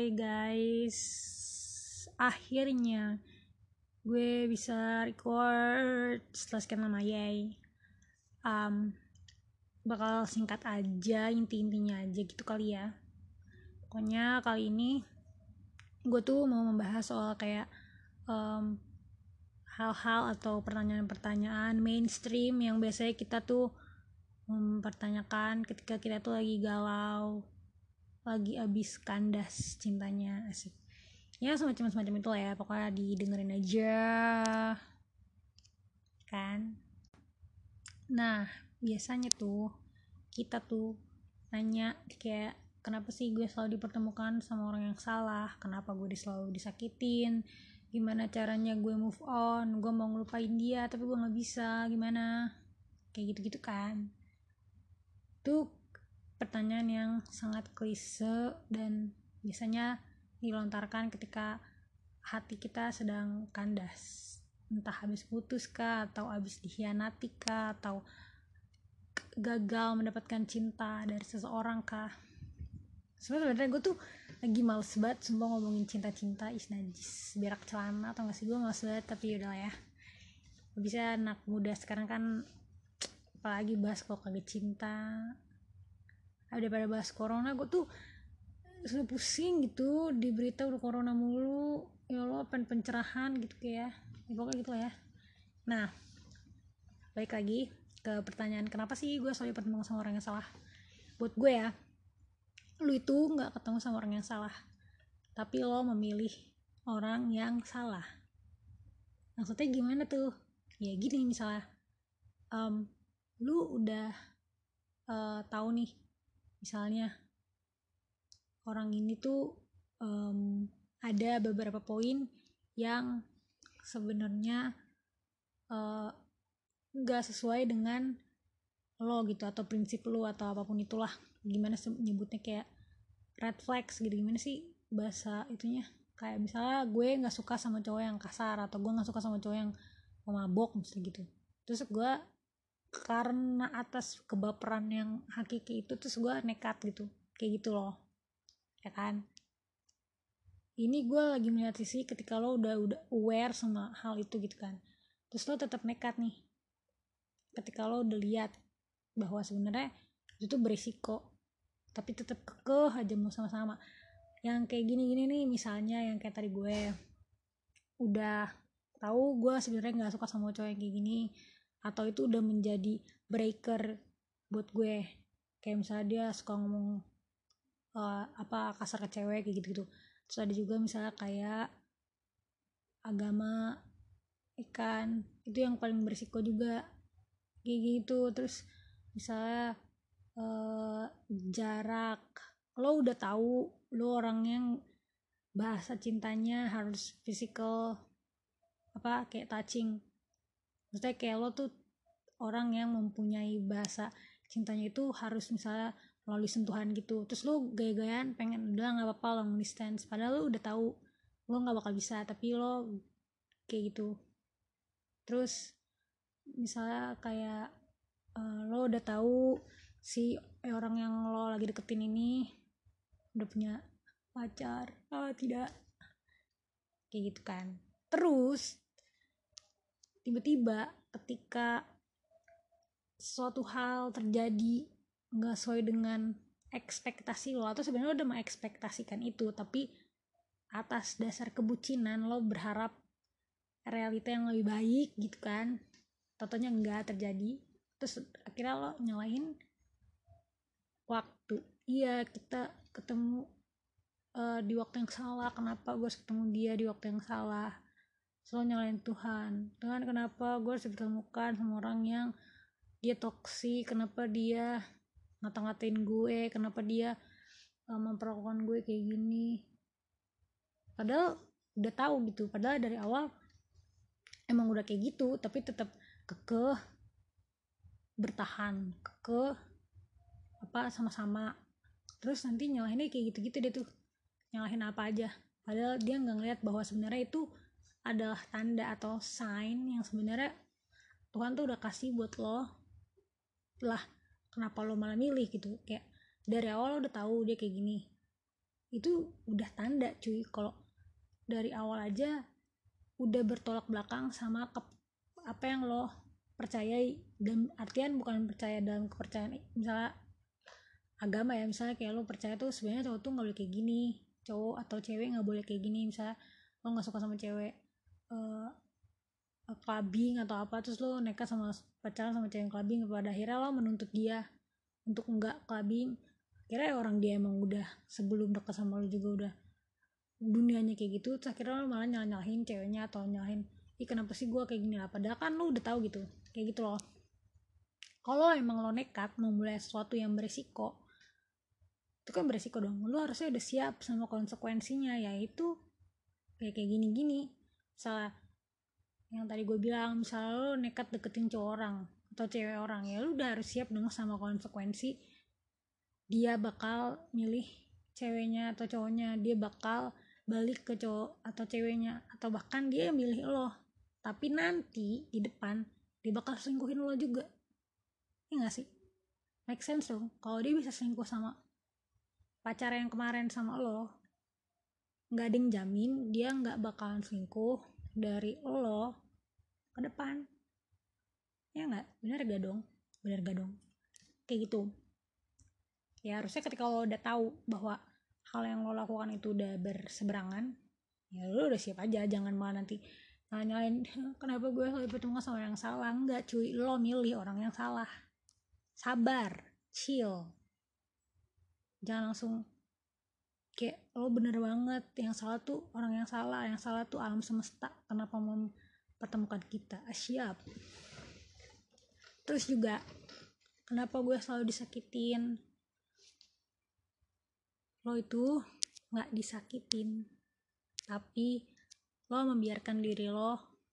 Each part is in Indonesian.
Hai guys, akhirnya gue bisa record setelah sekian lama. Yay. Bakal singkat aja, inti-intinya aja gitu kali ya. Pokoknya kali ini gue tuh mau membahas soal kayak hal-hal atau pertanyaan-pertanyaan mainstream yang biasanya kita tuh mempertanyakan ketika kita tuh lagi galau, lagi abis kandas cintanya, asik ya, semacam itu lah ya. Pokoknya didengerin aja kan. Nah, biasanya tuh kita tuh nanya kayak, kenapa sih gue selalu dipertemukan sama orang yang salah, kenapa gue selalu disakitin, gimana caranya gue move on, gue mau ngelupain dia tapi gue gak bisa, gimana, kayak gitu-gitu kan. Itu pertanyaan yang sangat klise dan biasanya dilontarkan ketika hati kita sedang kandas, entah habis putus kah, atau habis dikhianati kah, atau gagal mendapatkan cinta dari seseorang kah. Sebenarnya gue tuh lagi males banget sumpah ngomongin cinta-cinta, najis, berak celana atau gak sih, gue males banget. Tapi yaudah lah ya, bisa anak muda sekarang kan apalagi bahas kalau kagak cinta. Daripada bahas corona, gue tuh sudah pusing gitu di berita udah corona mulu. Ya Allah, pencerahan gitu kayak ya, pokoknya gitu lah ya. Nah, balik lagi ke pertanyaan, kenapa sih gue selalu bertemu sama orang yang salah. Buat gue ya, lu itu gak ketemu sama orang yang salah, tapi lo memilih orang yang salah. Maksudnya gimana tuh? Ya gini, misalnya lu udah tahu nih, misalnya orang ini tuh ada beberapa poin yang sebenarnya gak sesuai dengan lo gitu, atau prinsip lo, atau apapun itulah, gimana nyebutnya, kayak red flags gitu, gimana sih bahasa itunya. Kayak misalnya gue gak suka sama cowok yang kasar, atau gue gak suka sama cowok yang mabok misalnya gitu. Terus gue karena atas kebaperan yang hakiki itu, terus gue nekat gitu, kayak gitu loh ya kan. Ini gue lagi melihat sisi ketika lo udah aware sama hal itu gitu kan, terus lo tetap nekat nih ketika lo udah lihat bahwa sebenarnya itu tuh berisiko, tapi tetap kekeh aja mau sama-sama. Yang kayak gini-gini nih, misalnya yang kayak tadi gue udah tahu gue sebenarnya nggak suka sama cowok yang kayak gini, atau itu udah menjadi breaker buat gue. Kayak misalnya dia suka ngomong kasar ke cewek kayak gitu-gitu. Terus ada juga misalnya kayak agama, ikan, itu yang paling berisiko juga kayak gitu. Terus misalnya jarak, lo udah tahu lo orang yang bahasa cintanya harus physical, kayak touching. Maksudnya kayak lo tuh orang yang mempunyai bahasa cintanya itu harus misalnya melalui sentuhan gitu. Terus lo gaya-gayaan pengen udah gak apa-apa long distance, padahal lo udah tahu lo gak bakal bisa, tapi lo kayak gitu. Terus misalnya kayak lo udah tahu si orang yang lo lagi deketin ini udah punya pacar, tidak, kayak gitu kan. Terus tiba-tiba ketika suatu hal terjadi nggak sesuai dengan ekspektasi lo, atau sebenarnya lo udah mengekspektasikan itu, tapi atas dasar kebucinan lo berharap realita yang lebih baik gitu kan, totonya nggak terjadi. Terus akhirnya lo nyalahin waktu. Iya, kita ketemu di waktu yang salah, kenapa gue harus ketemu dia di waktu yang salah. Selalu nyalain Tuhan, kenapa gue harus ditemukan sama orang yang dia toksik, kenapa dia ngata-ngatain gue, kenapa dia memperlakukan gue kayak gini. Padahal udah tahu gitu, padahal dari awal emang udah kayak gitu, tapi tetap kekeh bertahan, kekeh sama-sama. Terus nanti nyalahinnya kayak gitu-gitu deh tuh, nyalahin apa aja, padahal dia nggak ngeliat bahwa sebenarnya itu adalah tanda atau sign yang sebenarnya Tuhan tuh udah kasih buat lo lah. Kenapa lo malah milih gitu, kayak dari awal lo udah tahu dia kayak gini, itu udah tanda cuy kalau dari awal aja udah bertolak belakang sama apa yang lo percayai. Dan artian bukan percaya dalam kepercayaan misalnya agama ya, misalnya kayak lo percaya tuh sebenarnya cowok tuh nggak boleh kayak gini, cowok atau cewek nggak boleh kayak gini, misalnya lo nggak suka sama cewek clubbing atau apa, terus lo nekat sama pacaran sama cewek clubbing, pada akhirnya lo menuntut dia untuk enggak clubbing, kira orang dia emang udah sebelum dekat sama lo juga udah dunianya kayak gitu, terus akhirnya lo malah nyalahin ceweknya atau nyalahin kenapa sih gue kayak gini lah, padahal kan lo udah tahu gitu, kayak gitu loh. Kalau emang lo nekat memulai sesuatu yang beresiko, itu kan beresiko dong, lo harusnya udah siap sama konsekuensinya, yaitu kayak gini-gini. Misalnya yang tadi gue bilang, misalnya lo nekat deketin cowok orang atau cewek orang, ya lo udah harus siap dong sama konsekuensi dia bakal milih ceweknya atau cowoknya, dia bakal balik ke cowok atau ceweknya, atau bahkan dia milih lo tapi nanti di depan dia bakal selingkuhin lo juga, ya gak sih? Make sense dong. Kalau dia bisa selingkuh sama pacar yang kemarin sama lo, gak ada yang jamin dia gak bakalan selingkuh dari lo ke depan, ya gak? Bener gak dong? Kayak gitu ya. Harusnya ketika lo udah tahu bahwa hal yang lo lakukan itu udah berseberangan, ya lo udah siap aja, jangan malah nanti nyalain kenapa gue selalu bertemu sama orang yang salah. Enggak cuy, lo milih orang yang salah, sabar, chill, jangan langsung kayak lo bener banget, yang salah tuh orang yang salah tuh alam semesta, kenapa mempertemukan kita, siap. Terus juga kenapa gue selalu disakitin, lo itu gak disakitin tapi lo membiarkan diri lo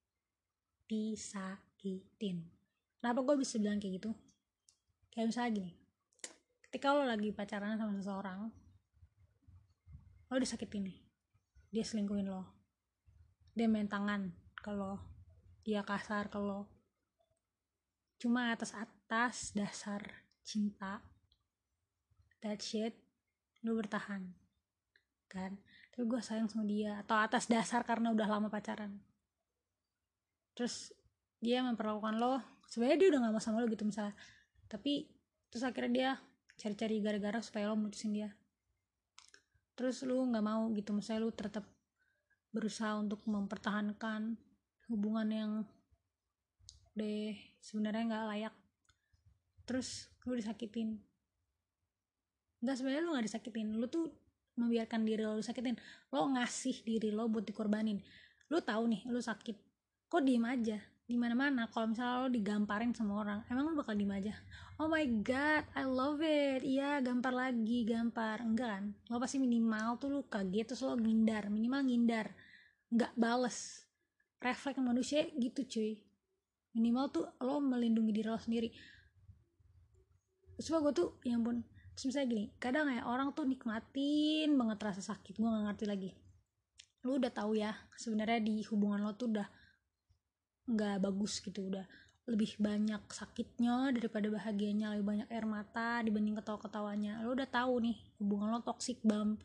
disakitin. Kenapa gue bisa bilang kayak gitu? Kayak misalnya gini, ketika lo lagi pacaran sama seseorang, lo disakitin nih, dia selingkuhin lo, dia main tangan ke lo, dia kasar ke lo, cuma atas dasar cinta, that shit lo bertahan kan, tapi gue sayang sama dia, atau atas dasar karena udah lama pacaran, terus dia memperlakukan lo sebenarnya dia udah gak mau sama lo gitu misalnya, tapi terus akhirnya dia cari-cari gara-gara supaya lo mutusin dia, terus lu gak mau gitu, misalnya lu tetap berusaha untuk mempertahankan hubungan yang deh sebenarnya gak layak, terus lu disakitin. Enggak, sebenarnya lu gak disakitin, lu tuh membiarkan diri lo disakitin, lo ngasih diri lo buat dikorbanin. Lu tahu nih lu sakit, kok diem aja? Di mana-mana kalau misalnya lo digamparin sama orang, emang lo bakal diem aja? Oh my god, I love it, iya gampar lagi, gampar. Enggak kan, lo pasti minimal tuh lo kaget, terus lo minimal ngindar, nggak bales. Refleks manusia gitu cuy, minimal tuh lo melindungi diri lo sendiri. Coba gue tuh, ya ampun, terus misalnya gini, kadang ya orang tuh nikmatin banget rasa sakit, gue gak ngerti lagi. Lo udah tahu ya sebenarnya di hubungan lo tuh udah nggak bagus gitu, udah lebih banyak sakitnya daripada bahagianya, lebih banyak air mata dibanding ketawa-ketawanya. Lo udah tahu nih hubungan lo toksik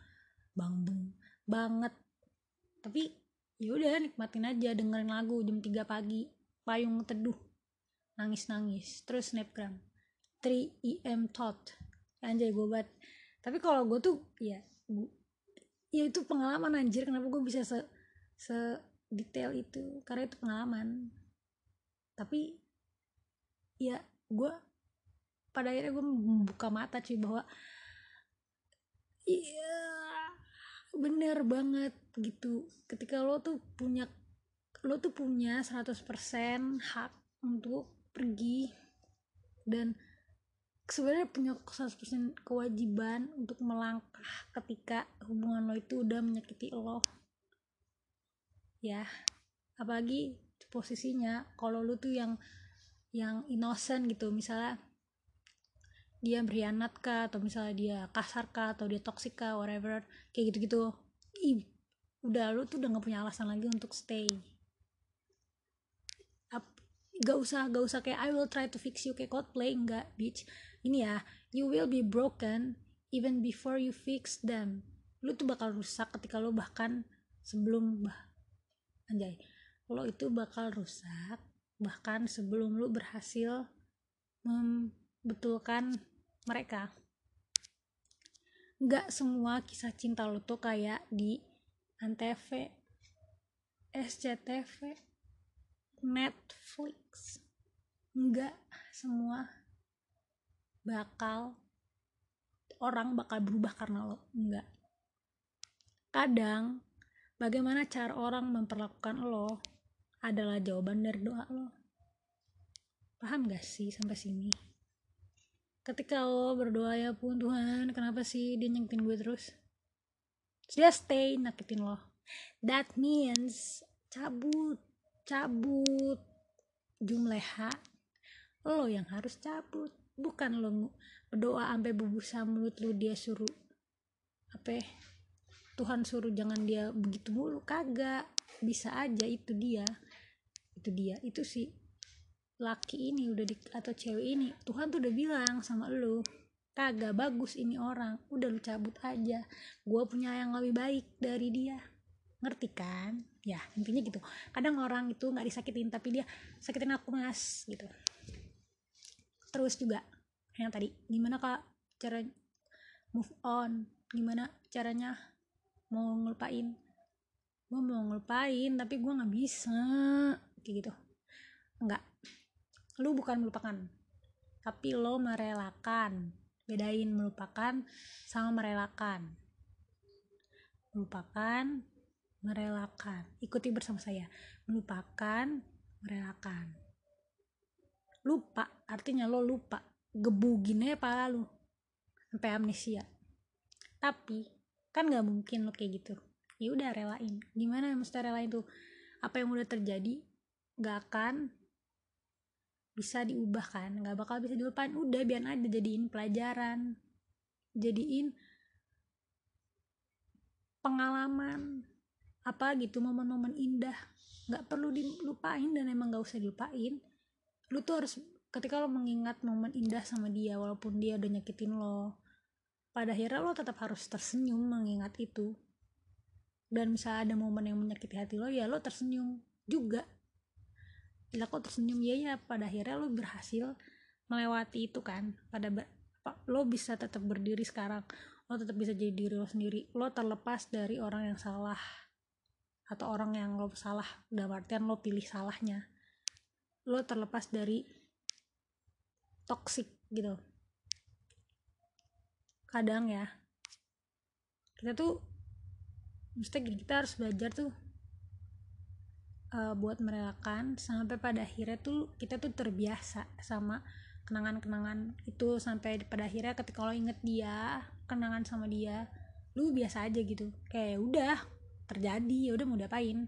banget, tapi ya udah nikmatin aja, dengerin lagu jam 3 pagi, payung teduh, nangis terus snapgram 3 thought, anjay gue banget. Tapi kalau gue tuh ya itu pengalaman anjir, kenapa gue bisa se detail itu, karena itu pengalaman. Tapi ya gue pada akhirnya gue membuka mata cuy, bahwa iya bener banget gitu, ketika lo tuh punya 100% hak untuk pergi, dan sebenarnya punya 100% kewajiban untuk melangkah ketika hubungan lo itu udah menyakiti lo ya. Apalagi posisinya kalau lo tuh yang innocent gitu, misalnya dia berkhianat kah, atau misalnya dia kasar kah, atau dia toxic kah, whatever, kayak gitu-gitu, udah lu tuh udah gak punya alasan lagi untuk stay. Gak usah kayak I will try to fix you kayak Coldplay, enggak bitch. Ini ya, you will be broken even before you fix them. lu tuh bakal rusak ketika lu bahkan sebelum lo itu bakal rusak bahkan sebelum lu berhasil membetulkan mereka. Nggak semua kisah cinta lo tuh kayak di Antv, SCTV, Netflix. Nggak semua orang bakal berubah karena lo. Nggak. Kadang bagaimana cara orang memperlakukan lo adalah jawaban dari doa lo. Paham gak sih sampai sini? Ketika lo berdoa, ya pun Tuhan, kenapa sih dia nyakitin gue terus? Dia stay nakitin lo. That means cabut jumleha. Lo yang harus cabut, bukan lo berdoa sampai berbusa mulut lu dia suruh Tuhan suruh jangan dia begitu mulu. Kagak, bisa aja itu si laki ini atau cewek ini Tuhan tuh udah bilang sama lu, kagak bagus ini orang, udah lu cabut aja, gue punya yang lebih baik dari dia. Ngerti kan? Ya intinya gitu. Kadang orang itu nggak disakitin tapi dia sakitin aku mas gitu. Terus juga yang tadi, gimana kak cara move on, gimana caranya mau ngelupain. Gue mau ngelupain tapi gue nggak bisa kayak gitu. Enggak, lu bukan melupakan tapi lo merelakan. Bedain melupakan sama merelakan. Melupakan, merelakan. Ikuti bersama saya. Melupakan, merelakan. Lupa artinya lo lupa, gebugin aja pala lu sampai amnesia. Tapi kan nggak mungkin lo kayak gitu. Ya udah relain. Gimana mesti relain tuh? Apa yang udah terjadi nggak akan bisa diubah kan, nggak bakal bisa dilupain. Udah biar aja, jadiin pelajaran, jadiin pengalaman apa gitu, momen-momen indah, nggak perlu dilupain dan emang nggak usah dilupain. Lu tuh harus, ketika lo mengingat momen indah sama dia walaupun dia udah nyakitin lo, pada akhirnya lo tetap harus tersenyum mengingat itu. Dan misalnya ada momen yang menyakiti hati lo, ya lo tersenyum juga. Bila kok tersenyum, ya pada akhirnya lo berhasil melewati itu kan. Lo bisa tetap berdiri sekarang, lo tetap bisa jadi diri lo sendiri, lo terlepas dari orang yang salah atau orang yang lo salah dalam artian lo pilih salahnya, lo terlepas dari toxic gitu. Kadang ya kita tuh kita harus belajar tuh buat merelakan sampai pada akhirnya tuh kita tuh terbiasa sama kenangan-kenangan itu, sampai pada akhirnya ketika lo inget dia, kenangan sama dia, lu biasa aja gitu, kayak udah terjadi, ya udah mau diapain.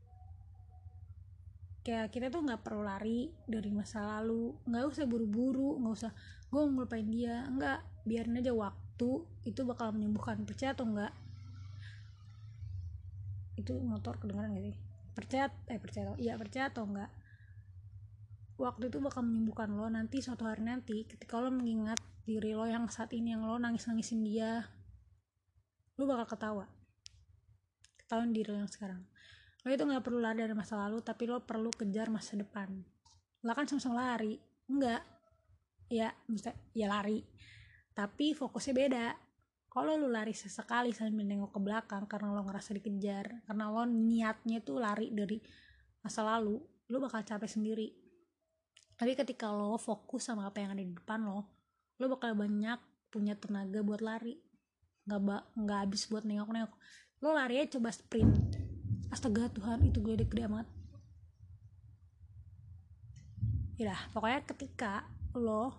Kayak kita tuh nggak perlu lari dari masa lalu, nggak usah buru-buru, nggak usah gue mau ngelupain dia, enggak, biarin aja, waktu itu bakal menyembuhkan. Percaya atau enggak? Itu motor kedengeran gak sih? Percaya atau enggak, waktu itu bakal menyembuhkan lo. Nanti suatu hari nanti ketika lo mengingat diri lo yang saat ini, yang lo nangis-nangisin dia, lo bakal ketahuan diri lo yang sekarang. Lo itu gak perlu lari dari masa lalu, tapi lo perlu kejar masa depan. Lo kan sama-sama lari, enggak ya, maksudnya ya lari tapi fokusnya beda. Kalau lo lari sesekali sambil nengok ke belakang karena lo ngerasa dikejar, karena lo niatnya tuh lari dari masa lalu, lo bakal capek sendiri. Tapi ketika lo fokus sama apa yang ada di depan lo bakal banyak punya tenaga buat lari, nggak habis buat nengok-nengok. Lo lari aja, coba sprint, astaga Tuhan itu gede amat. Ya pokoknya ketika lo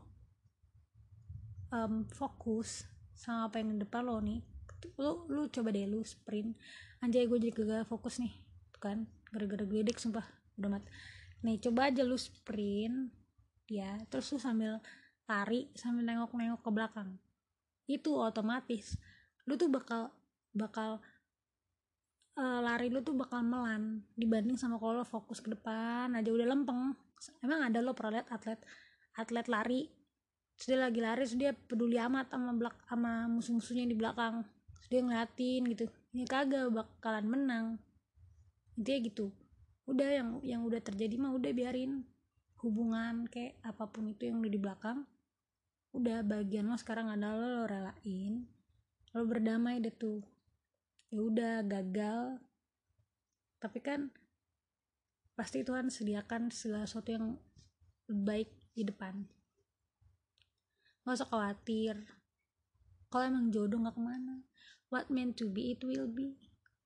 fokus sama apa yang di depan lo nih, lu coba deh lu sprint. Anjay gue jadi gagal fokus nih tuh kan, gara-gara gledek sumpah, udah mat. Nih coba aja lu sprint ya, terus lu sambil lari sambil nengok-nengok ke belakang, itu otomatis lu tuh bakal lari lu tuh bakal melan dibanding sama kalau lo fokus ke depan aja udah lempeng. Emang ada lo pernah lihat atlet lari terus dia lagi lari terus dia peduli amat sama musuh-musuhnya di belakang, terus dia ngeliatin gitu, ya kagak bakalan menang. Intinya gitu, udah yang udah terjadi mah udah biarin. Hubungan kayak apapun itu yang udah di belakang, udah bagian lo sekarang adalah lo relain, lo berdamai deh tuh. Ya udah gagal, tapi kan pasti Tuhan sediakan segala sesuatu yang lebih baik di depan. Gak usah khawatir, kalau emang jodoh gak kemana, what meant to be it will be.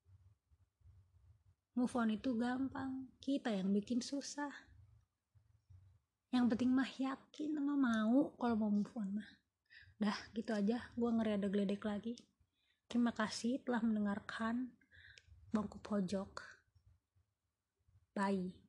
Move on itu gampang, kita yang bikin susah. Yang penting mah yakin sama mau kalau mau move on mah. Dah gitu aja, gue ngerada geledek lagi. Terima kasih telah mendengarkan Bangku Pojok. Bye.